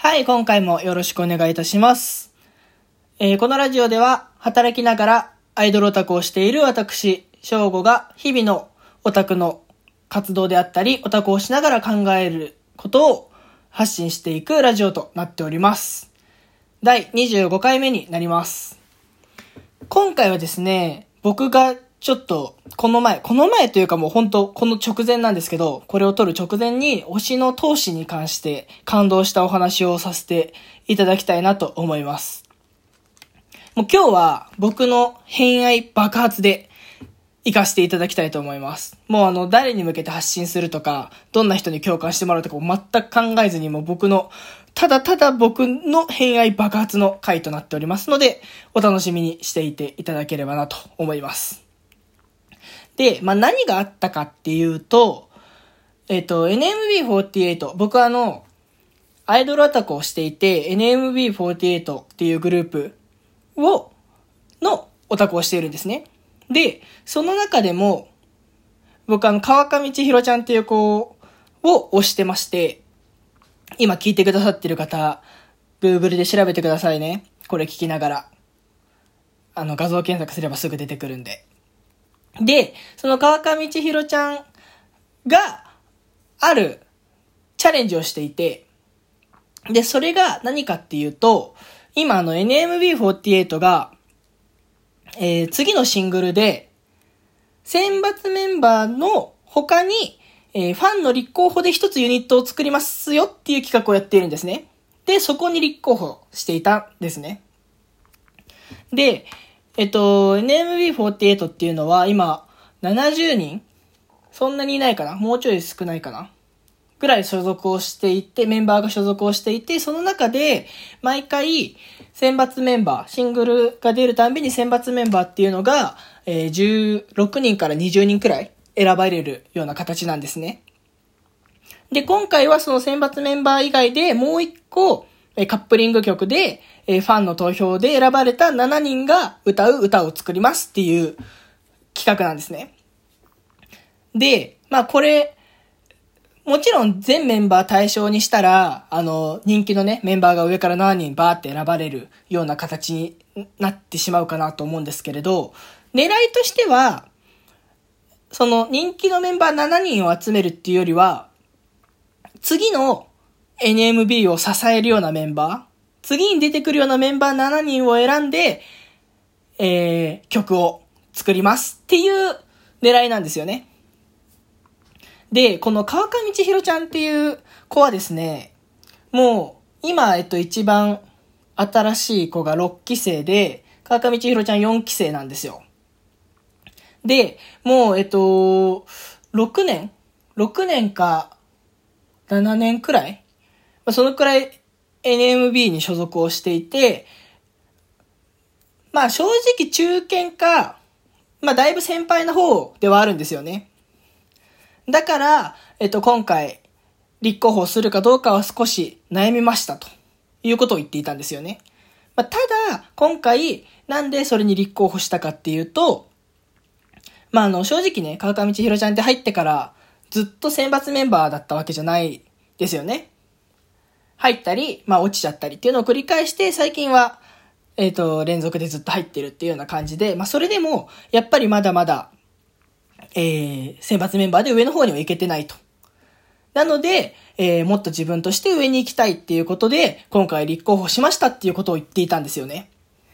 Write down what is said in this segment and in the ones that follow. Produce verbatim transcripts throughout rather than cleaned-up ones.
はい、今回もよろしくお願いいたします。えー、このラジオでは働きながらアイドルオタクをしている私、翔吾が日々のオタクの活動であったり、オタクをしながら考えることを発信していくラジオとなっております。だいにじゅうごかいめになります。今回はですね、僕がちょっとこの前、この前というかもう本当この直前なんですけど、これを撮る直前に推しの闘志に関して感動したお話をさせていただきたいなと思います。もう今日は僕の偏愛爆発で活かしていただきたいと思います。もうあの誰に向けて発信するとか、どんな人に共感してもらうとかも全く考えずにもう僕のただただ僕の偏愛爆発の回となっておりますので、お楽しみにしていていただければなと思います。で、まあ、何があったかっていうと、えっと、エヌエムビーフォーティーエイト、僕はあの、アイドルアタックをしていて、エヌエムビーフォーティーエイト っていうグループを、のオタクをしているんですね。で、その中でも、僕あの、川上千尋ちゃんっていう子を推してまして、今聞いてくださってる方、Google で調べてくださいね。これ聞きながら。あの、画像検索すればすぐ出てくるんで。で、その川上千尋ちゃんがあるチャレンジをしていて、で、それが何かっていうと、今あの エヌエムビーフォーティーエイト が、えー、次のシングルで、選抜メンバーの他に、えー、ファンの立候補で一つユニットを作りますよっていう企画をやっているんですね。で、そこに立候補していたんですね。で、えっと、エヌエムビーフォーティーエイト っていうのは今ななじゅうにんそんなにいないかなもうちょい少ないかなぐらい所属をしていて、メンバーが所属をしていて、その中で毎回選抜メンバー、シングルが出るたんびに選抜メンバーっていうのが、えー、じゅうろくにんからにじゅうにんくらい選ばれるような形なんですね。で、今回はその選抜メンバー以外でもう一個カップリング曲でファンの投票で選ばれたしちにんが歌う歌を作りますっていう企画なんですね。で、まあこれ、もちろん全メンバー対象にしたら、あの、人気のね、メンバーが上からしちにんバーって選ばれるような形になってしまうかなと思うんですけれど、狙いとしては、その人気のメンバーしちにんを集めるっていうよりは、次のエヌエムビー を支えるようなメンバー、次に出てくるようなメンバーしちにんを選んで、えー、曲を作りますっていう狙いなんですよね。で、この川上千尋ちゃんっていう子はですね、もう今、えっと一番新しい子がろっきせいで、川上千尋ちゃんよんきせいなんですよ。で、もうえっと、ろくねん ?ろく 年かななねんくらいそのくらい エヌエムビー に所属をしていて、まあ正直中堅か、まあだいぶ先輩な方ではあるんですよね。だから、えっと今回立候補するかどうかは少し悩みましたということを言っていたんですよね。まあ、ただ今回なんでそれに立候補したかっていうと、まああの正直ね、川上千尋ちゃんって入ってからずっと選抜メンバーだったわけじゃないですよね。入ったり、まあ落ちちゃったりっていうのを繰り返して、最近は、えっと、連続でずっと入ってるっていうような感じで、まあそれでも、やっぱりまだまだ、えー、選抜メンバーで上の方には行けてないと。なので、えー、もっと自分として上に行きたいっていうことで、今回立候補しましたっていうことを言っていたんですよね。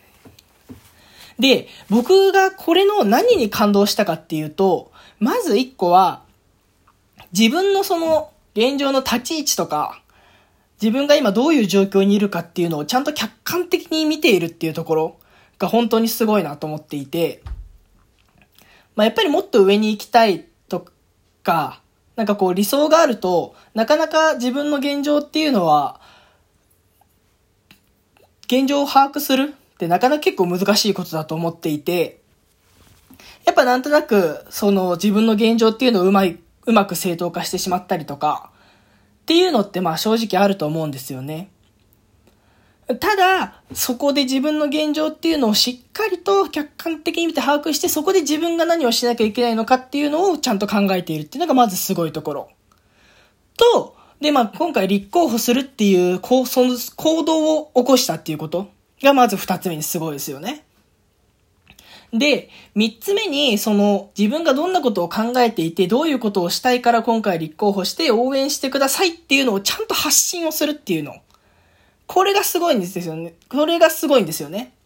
で、僕がこれの何に感動したかっていうと、まず一個は、自分のその現状の立ち位置とか、自分が今どういう状況にいるかっていうのをちゃんと客観的に見ているっていうところが本当にすごいなと思っていて、まあやっぱりもっと上に行きたいとか、なんかこう理想があると、なかなか自分の現状っていうのは、現状を把握するってなかなか結構難しいことだと思っていて、やっぱなんとなくその自分の現状っていうのをうまい、うまく正当化してしまったりとか、っていうのってまあ正直あると思うんですよね。ただ、そこで自分の現状っていうのをしっかりと客観的に見て把握して、そこで自分が何をしなきゃいけないのかっていうのをちゃんと考えているっていうのがまずすごいところ。と、 で、まあ、今回立候補するっていう、こう、その行動を起こしたっていうことがまず二つ目にすごいですよね。で、三つ目に、その、自分がどんなことを考えていて、どういうことをしたいから今回立候補して応援してくださいっていうのをちゃんと発信をするっていうの。これがすごいんですよね。これがすごいんですよね。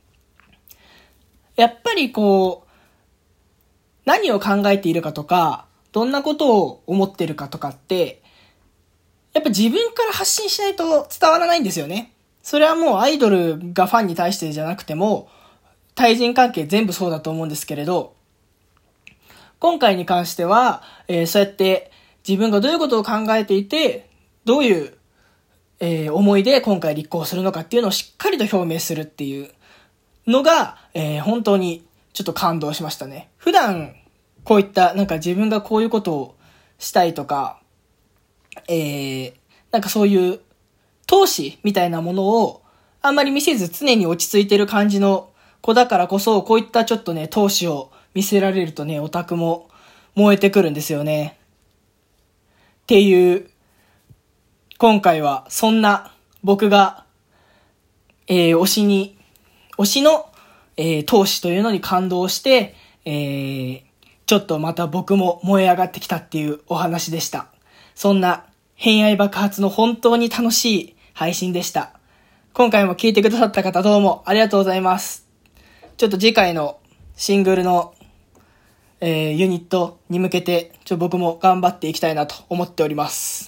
やっぱりこう、何を考えているかとか、どんなことを思ってるかとかって、やっぱ自分から発信しないと伝わらないんですよね。それはもうアイドルがファンに対してじゃなくても、対人関係全部そうだと思うんですけれど、今回に関しては、えー、そうやって自分がどういうことを考えていて、どういう、えー、思いで今回立候補するのかっていうのをしっかりと表明するっていうのが、えー、本当にちょっと感動しましたね。普段こういったなんか自分がこういうことをしたいとか、えー、なんかそういう闘志みたいなものをあんまり見せず常に落ち着いてる感じの子だからこそ、こういったちょっとね、闘志を見せられるとね、オタクも燃えてくるんですよね。っていう、今回はそんな僕が、えー、推しに、推しの、えー、闘志というのに感動して、えー、ちょっとまた僕も燃え上がってきたっていうお話でした。そんな偏愛爆発の本当に楽しい配信でした。今回も聞いてくださった方どうもありがとうございます。ちょっと次回のシングルの、えー、ユニットに向けてちょっと僕も頑張っていきたいなと思っております。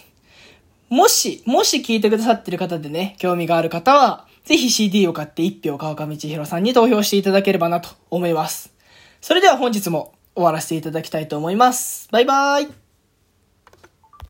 もし、もし聞いてくださってる方でね、興味がある方は、ぜひ シーディー を買って一票川上千尋さんに投票していただければなと思います。それでは本日も終わらせていただきたいと思います。バイバーイ。